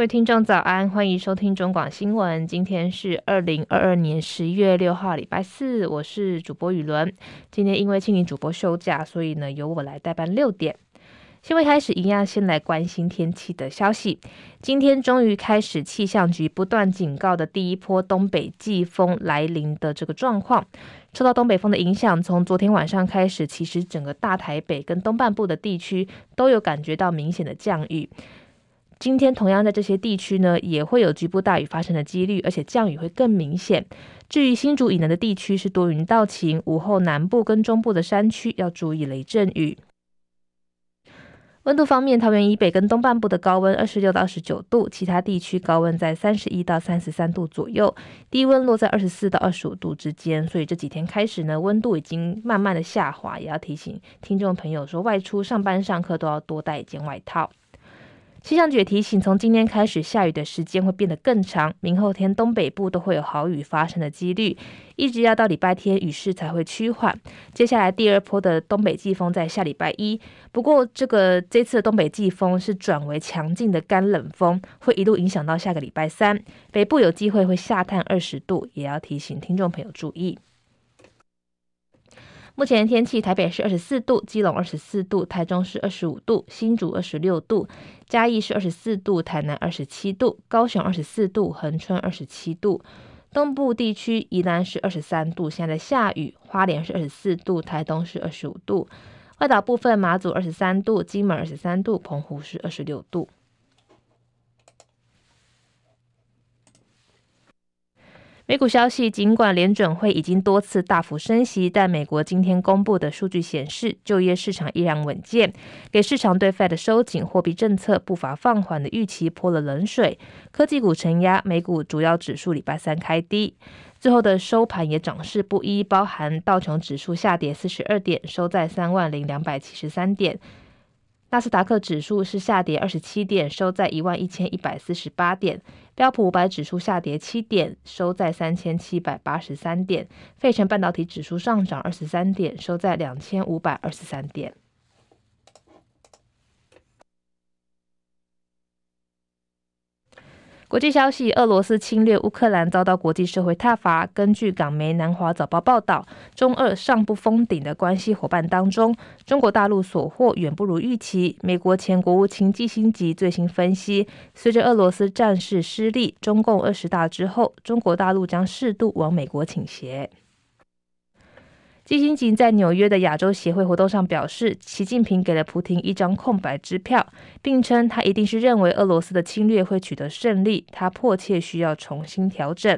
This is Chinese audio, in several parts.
各位听众早安，欢迎收听中广新闻。今天是2022年11月6号礼拜四，我是主播雨伦。今天因为庆龄主播休假，所以呢由我来代班6点。新闻开始一样，先来关心天气的消息。今天终于开始气象局不断警告的第一波东北季风来临的这个状况。受到东北风的影响，从昨天晚上开始，其实整个大台北跟东半部的地区都有感觉到明显的降雨。今天同样在这些地区呢，也会有局部大雨发生的几率，而且降雨会更明显。至于新竹以南的地区是多云到晴，午后南部跟中部的山区要注意雷阵雨。温度方面，桃园以北跟东半部的高温26到29度，其他地区高温在31到33度左右，低温落在24到25度之间。所以这几天开始呢，温度已经慢慢的下滑，也要提醒听众朋友说，外出上班上课都要多带一件外套。气象局也提醒，从今天开始下雨的时间会变得更长，明后天东北部都会有豪雨发生的几率，一直要到礼拜天雨势才会趋缓。接下来第二波的东北季风在下礼拜一，不过这次的东北季风是转为强劲的干冷风，会一路影响到下个礼拜三，北部有机会会下探20度，也要提醒听众朋友注意。目前天气，台北是24度，基隆24度，台中是25度，新竹26度，嘉义是24度，台南27度，高雄24度，恒春27度。东部地区宜兰是23度，现在下雨，花莲是24度，台东是25度。外岛部分，马祖23度，金门23度，澎湖是26度。美股消息，尽管联准会已经多次大幅升息，但美国今天公布的数据显示，就业市场依然稳健，给市场对 Fed 收紧货币政策步伐放缓的预期泼了冷水。科技股承压，美股主要指数礼拜三开低，最后的收盘也涨势不一，包含道琼指数下跌42点，收在30,273点。纳斯达克指数是下跌27点，收在11,148点。标普500指数下跌7点，收在3,783点。费城半导体指数上涨23点，收在2,523点。国际消息，俄罗斯侵略乌克兰遭到国际社会挞伐。根据港媒南华早报报道，中俄尚不封顶的关系伙伴当中，中国大陆所获远不如预期。美国前国务卿基辛吉最新分析，随着俄罗斯战事失利，中共20大之后，中国大陆将适度往美国倾斜。基辛吉在纽约的亚洲协会活动上表示，习近平给了普丁一张空白支票，并称他一定是认为俄罗斯的侵略会取得胜利，他迫切需要重新调整。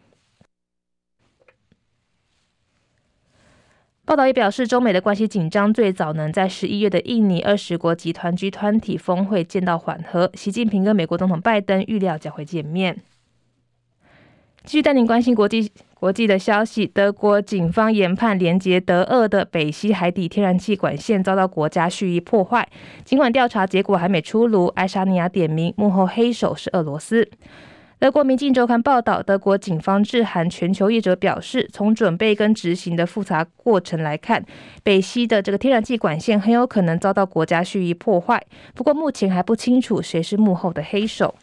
报道也表示，中美的关系紧张最早能在11月的印尼20国集团 G20 峰会见到缓和，习近平跟美国总统拜登预料将会见面。继续带您关心国际的消息，德国警方研判连接德俄的北溪海底天然气管线遭到国家蓄意破坏，尽管调查结果还没出炉，爱沙尼亚点名幕后黑手是俄罗斯。德国民进周刊报道，德国警方致函全球业者表示，从准备跟执行的复杂过程来看，北溪的这个天然气管线很有可能遭到国家蓄意破坏，不过目前还不清楚谁是幕后的黑手。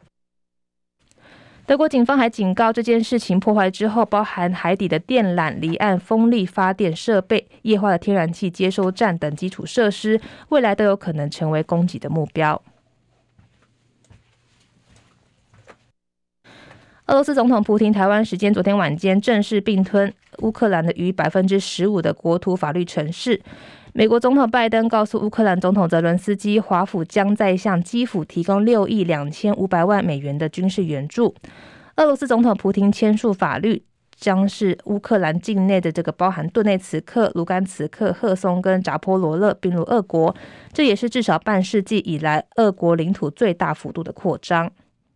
德国警方还警告，这件事情破坏之后，包含海底的电缆、离岸风力发电设备、液化的天然气接收站等基础设施，未来都有可能成为攻击的目标。俄罗斯总统普丁台湾时间昨天晚间正式并吞乌克兰的逾 15% 的国土法律城市。美国总统拜登告诉乌克兰总统泽伦斯基，华府将在向基辅提供6亿2500万美元的军事援助。俄罗斯总统普丁签署法律，将是乌克兰境内的这个包含顿内茨克、卢甘茨克、赫松跟扎波罗勒并入俄国，这也是至少半世纪以来俄国领土最大幅度的扩张。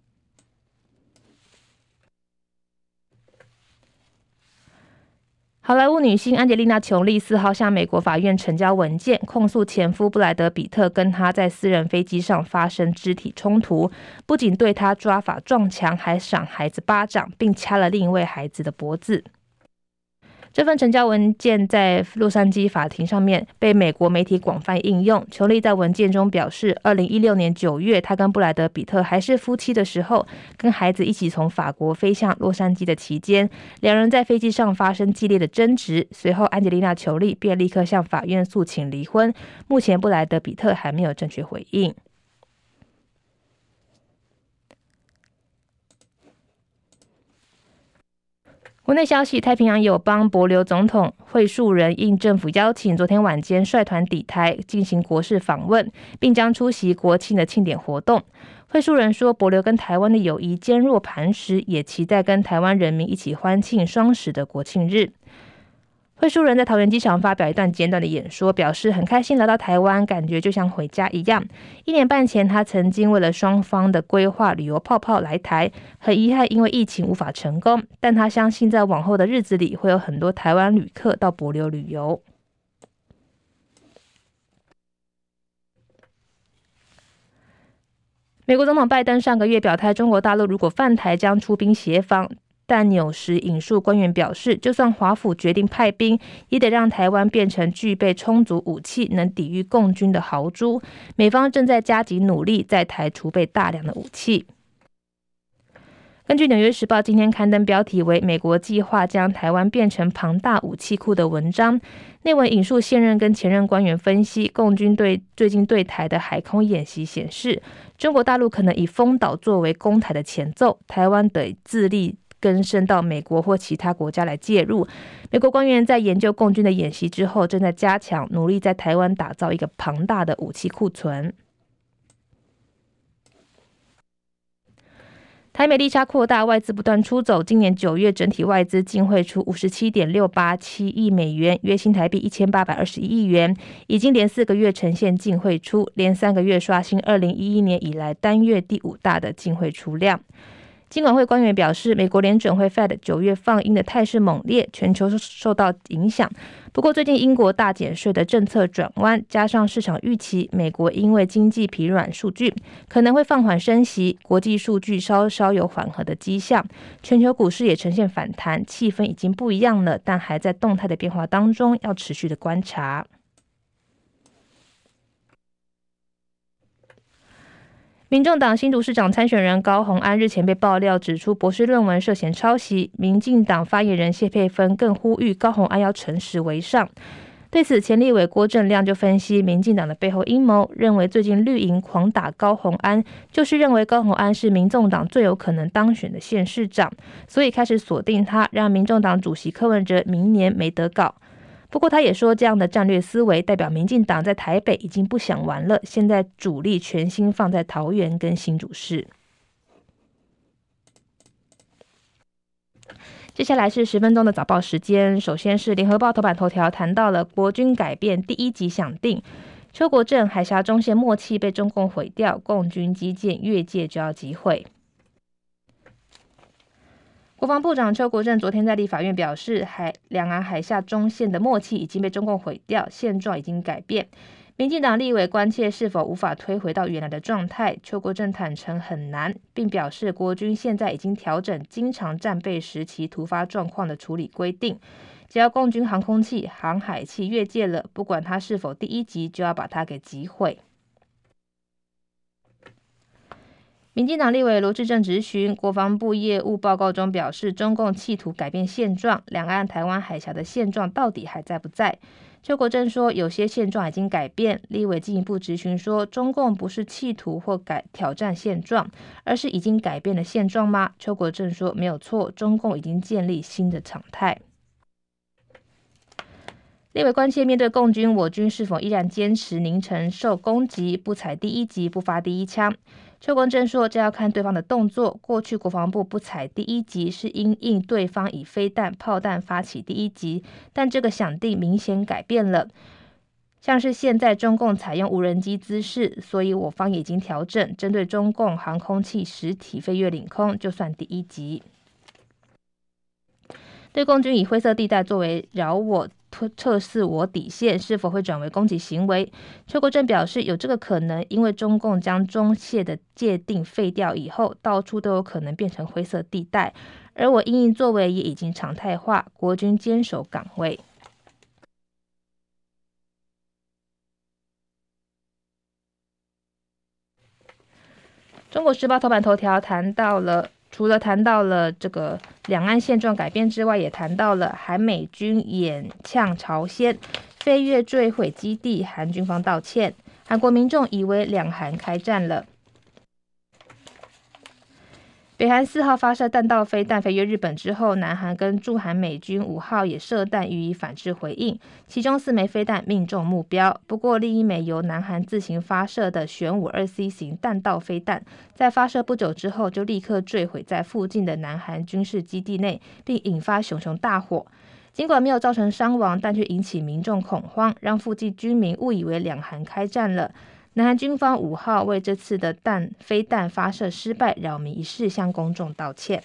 好莱坞女星安吉丽娜·琼丽4号向美国法院呈交文件，控诉前夫布莱德·彼特跟她在私人飞机上发生肢体冲突，不仅对她抓法撞墙，还赏孩子巴掌，并掐了另一位孩子的脖子。 这份成交文件在洛杉矶法庭上面被美国媒体广泛应用。裘丽在文件中表示，2016年9月，他跟布莱德比特还是夫妻的时候，跟孩子一起从法国飞向洛杉矶的期间，两人在飞机上发生激烈的争执。随后，安吉丽娜·裘丽便立刻向法院诉请离婚。目前，布莱德比特还没有正确回应。国内消息，太平洋友邦帛琉总统惠恕仁应政府邀请，昨天晚间率团抵台进行国事访问，并将出席国庆的庆典活动。惠恕仁说，帛琉跟台湾的友谊坚若磐石，也期待跟台湾人民一起欢庆双十的国庆日。惠恕仁在桃园机场发表一段简短的演说，表示很开心来到台湾，感觉就像回家一样。1年半前，他曾经为了双方的规划旅游泡泡来台，很遗憾因为疫情无法成功，但他相信在往后的日子里，会有很多台湾旅客到帛琉旅游。美国总统拜登上个月表态，中国大陆如果犯台，将出兵协防。但纽时引述官员表示，就算华府决定派兵，也得让台湾变成具备充足武器，能抵御共军的豪猪。美方正在加紧努力，在台储备大量的武器。根据《纽约时报》今天刊登标题为“美国计划将台湾变成庞大武器库”的文章，内文引述现任跟前任官员分析，共军最近对台的海空演习显示，中国大陆可能以封岛作为攻台的前奏，台湾得自立更深到美国或其他国家来介入。美国官员在研究共军的演习之后，正在加强努力在台湾打造一个庞大的武器库存。台美利差扩大，外资不断出走。今年9月，整体外资净汇出57.687亿美元，约新台币1821亿元，已经连4个月呈现净汇出，连3个月刷新2011年以来单月第5大的净汇出量。金管会官员表示，美国联准会 Fed 9月放鹰的态势猛烈，全球受到影响。不过最近英国大减税的政策转弯，加上市场预期美国因为经济疲软数据可能会放缓升息，国际数据稍稍有缓和的迹象，全球股市也呈现反弹，气氛已经不一样了，但还在动态的变化当中，要持续的观察。民众党新竹市长参选人高虹安日前被爆料指出博士论文涉嫌抄袭，民进党发言人谢佩芬更呼吁高虹安要诚实为上。对此，前立委郭正亮就分析民进党的背后阴谋，认为最近绿营狂打高虹安，就是认为高虹安是民众党最有可能当选的县市长，所以开始锁定他，让民众党主席柯文哲明年没得搞。不过他也说，这样的战略思维代表民进党在台北已经不想玩了，现在主力全心放在桃园跟新竹市。接下来是10分钟的早报时间，首先是联合报头版头条谈到了国军改变第1级想定，邱国正海峡中线默契被中共毁掉，共军基建越界就要击毁。国防部长邱国正昨天在立法院表示，两岸海峡中线的默契已经被中共毁掉，现状已经改变。民进党立委关切是否无法推回到原来的状态，邱国正坦承很难，并表示国军现在已经调整经常战备时期突发状况的处理规定，只要共军航空器、航海器越界了，不管它是否第1级，就要把它给击毁。民进党立委罗致政质询，国防部业务报告中表示，中共企图改变现状，两岸台湾海峡的现状到底还在不在？邱国正说，有些现状已经改变。立委进一步质询说，中共不是企图或挑战现状，而是已经改变了现状吗？邱国正说，没有错，中共已经建立新的常态。立委关切面对共军，我军是否依然坚持宁承受攻击，不采第1级，不发第1枪？邱国正说，这要看对方的动作。过去国防部不采第1级，是因应对方以飞弹、炮弹发起第1级，但这个想定明显改变了。像是现在中共采用无人机姿势，所以我方已经调整，针对中共航空器实体飞越领空，就算第1级。对共军以灰色地带作为扰我测试我底线是否会转为攻击行为。邱国正表示，有这个可能，因为中共将中械的界定废掉以后，到处都有可能变成灰色地带，而我因应作为也已经常态化，国军坚守岗位。中国时报头版头条除了谈到了这个两岸现状改变之外，也谈到了韩美军演呛朝鲜，飞越坠毁基地，韩军方道歉，韩国民众以为两韩开战了。北韩4号发射弹道飞弹飞越日本之后，南韩跟驻韩美军5号也射弹予以反制回应，其中4枚飞弹命中目标。不过另一枚由南韩自行发射的玄武2C 型弹道飞弹，在发射不久之后就立刻坠毁在附近的南韩军事基地内，并引发熊熊大火。尽管没有造成伤亡，但却引起民众恐慌，让附近居民误以为两韩开战了。南韩军方5号为这次的飞弹发射失败扰民一事向公众道歉。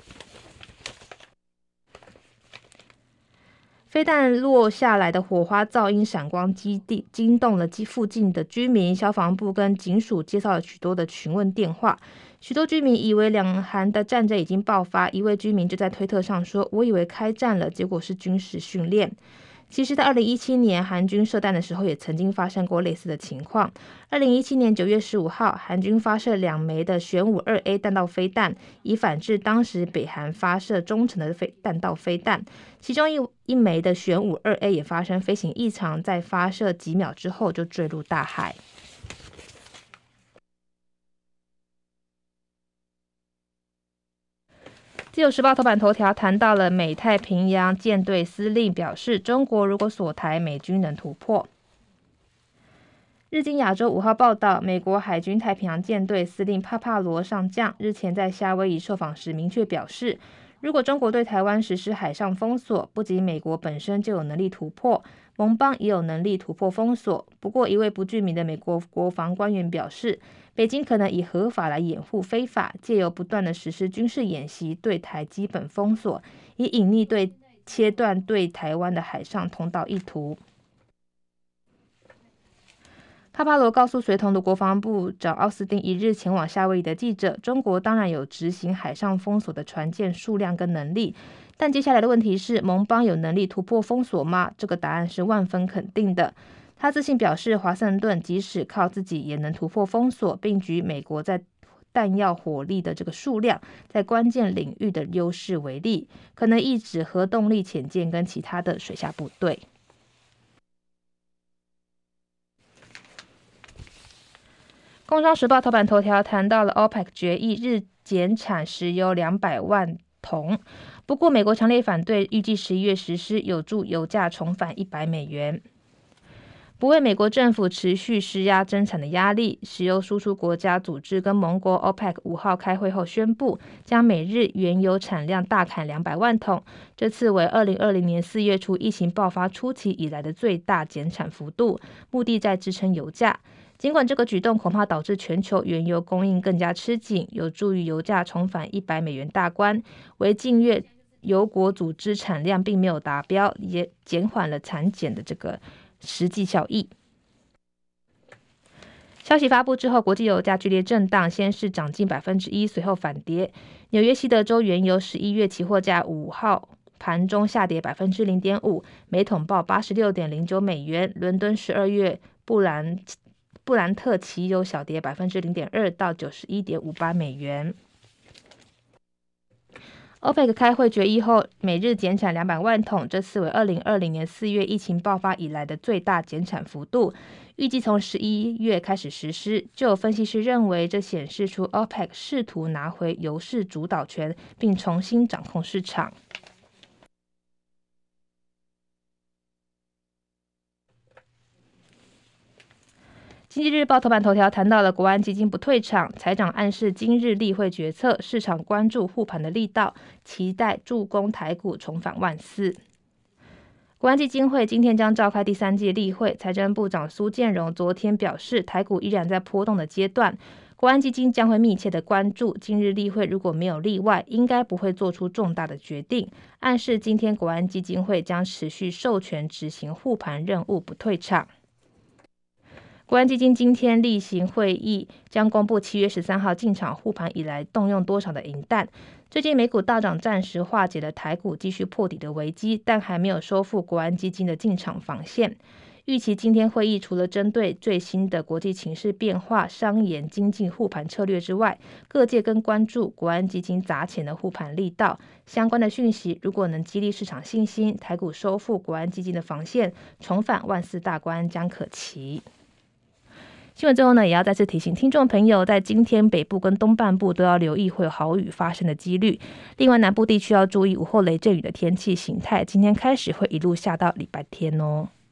飞弹落下来的火花噪音闪光惊动了附近的居民，消防部跟警署接到了许多的询问电话。许多居民以为两韩的战争已经爆发，一位居民就在推特上说，我以为开战了，结果是军事训练。其实在2017年韩军射弹的时候也曾经发生过类似的情况。2017年9月15号，韩军发射2枚的玄武2A 弹道飞弹，以反制当时北韩发射中程的弹道飞弹。其中一枚的玄武2A 也发生飞行异常，在发射几秒之后就坠入大海。自由时报头版头条谈到了美太平洋舰队司令表示，中国如果锁台，美军能突破。日经亚洲5号报道，美国海军太平洋舰队司令帕帕罗上将日前在夏威夷受访时明确表示，如果中国对台湾实施海上封锁，不仅美国本身就有能力突破，盟邦也有能力突破封锁。不过一位不具名的美国国防官员表示，北京可能以合法来掩护非法，借由不断的实施军事演习对台基本封锁，以隐匿切断对台湾的海上通道意图。帕帕罗告诉随同的国防部长奥斯汀一日前往夏威夷的记者，中国当然有执行海上封锁的船舰数量跟能力，但接下来的问题是，盟邦有能力突破封锁吗？这个答案是万分肯定的。他自信表示，华盛顿即使靠自己也能突破封锁，并举美国在弹药火力的这个数量在关键领域的优势为例，可能抑制核动力潜舰跟其他的水下部队。工商时报头版头条谈到了 OPEC 决议日减产石油200万桶，不过美国强烈反对，预计11月实施，有助油价重返$100。不为美国政府持续施压增产的压力，石油输出国家组织跟盟国 OPEC 5号开会后宣布，将每日原油产量大砍200万桶，这次为2020年4月初疫情爆发初期以来的最大减产幅度，目的在支撑油价。尽管这个举动恐怕导致全球原油供应更加吃紧，有助于油价重返$100大关，为近月油国组织产量并没有达标，也减缓了产检的这个实际效益。消息发布之后，国际油价剧烈震荡，先是涨近1%，随后反跌。纽约西德州原油11月期货价5号盘中下跌0.5%，每桶报86.09美元。伦敦12月布兰特期油小跌0.2%到91.58美元。OPEC 开会决议后，每日减产200万桶，这次为2020年4月疫情爆发以来的最大减产幅度，预计从11月开始实施。就有分析师认为，这显示出 OPEC 试图拿回油市主导权，并重新掌控市场。经济日报头版头条谈到了国安基金不退场，财长暗示今日例会决策，市场关注护盘的力道，期待助攻台股重返14000。国安基金会今天将召开第3届例会，财政部长苏建荣昨天表示，台股依然在波动的阶段， 国安基金将会密切的关注，今日例会如果没有例外，应该不会做出重大的决定，暗示今天国安基金会将持续授权执行护盘任务，不退场。国安基金今天例行会议将公布7月13号进场护盘以来动用多少的银弹。最近美股大涨暂时化解了台股继续破底的危机，但还没有收复国安基金的进场防线。预期今天会议除了针对最新的国际情势变化商言精进护盘策略之外，各界更关注国安基金砸钱的护盘力道。相关的讯息如果能激励市场信心，台股收复国安基金的防线，重返万四大关将可期。新闻最后呢，也要再次提醒听众朋友，在今天北部跟东半部都要留意会有豪雨发生的几率。另外南部地区要注意午后雷阵雨的天气形态，今天开始会一路下到礼拜天哦。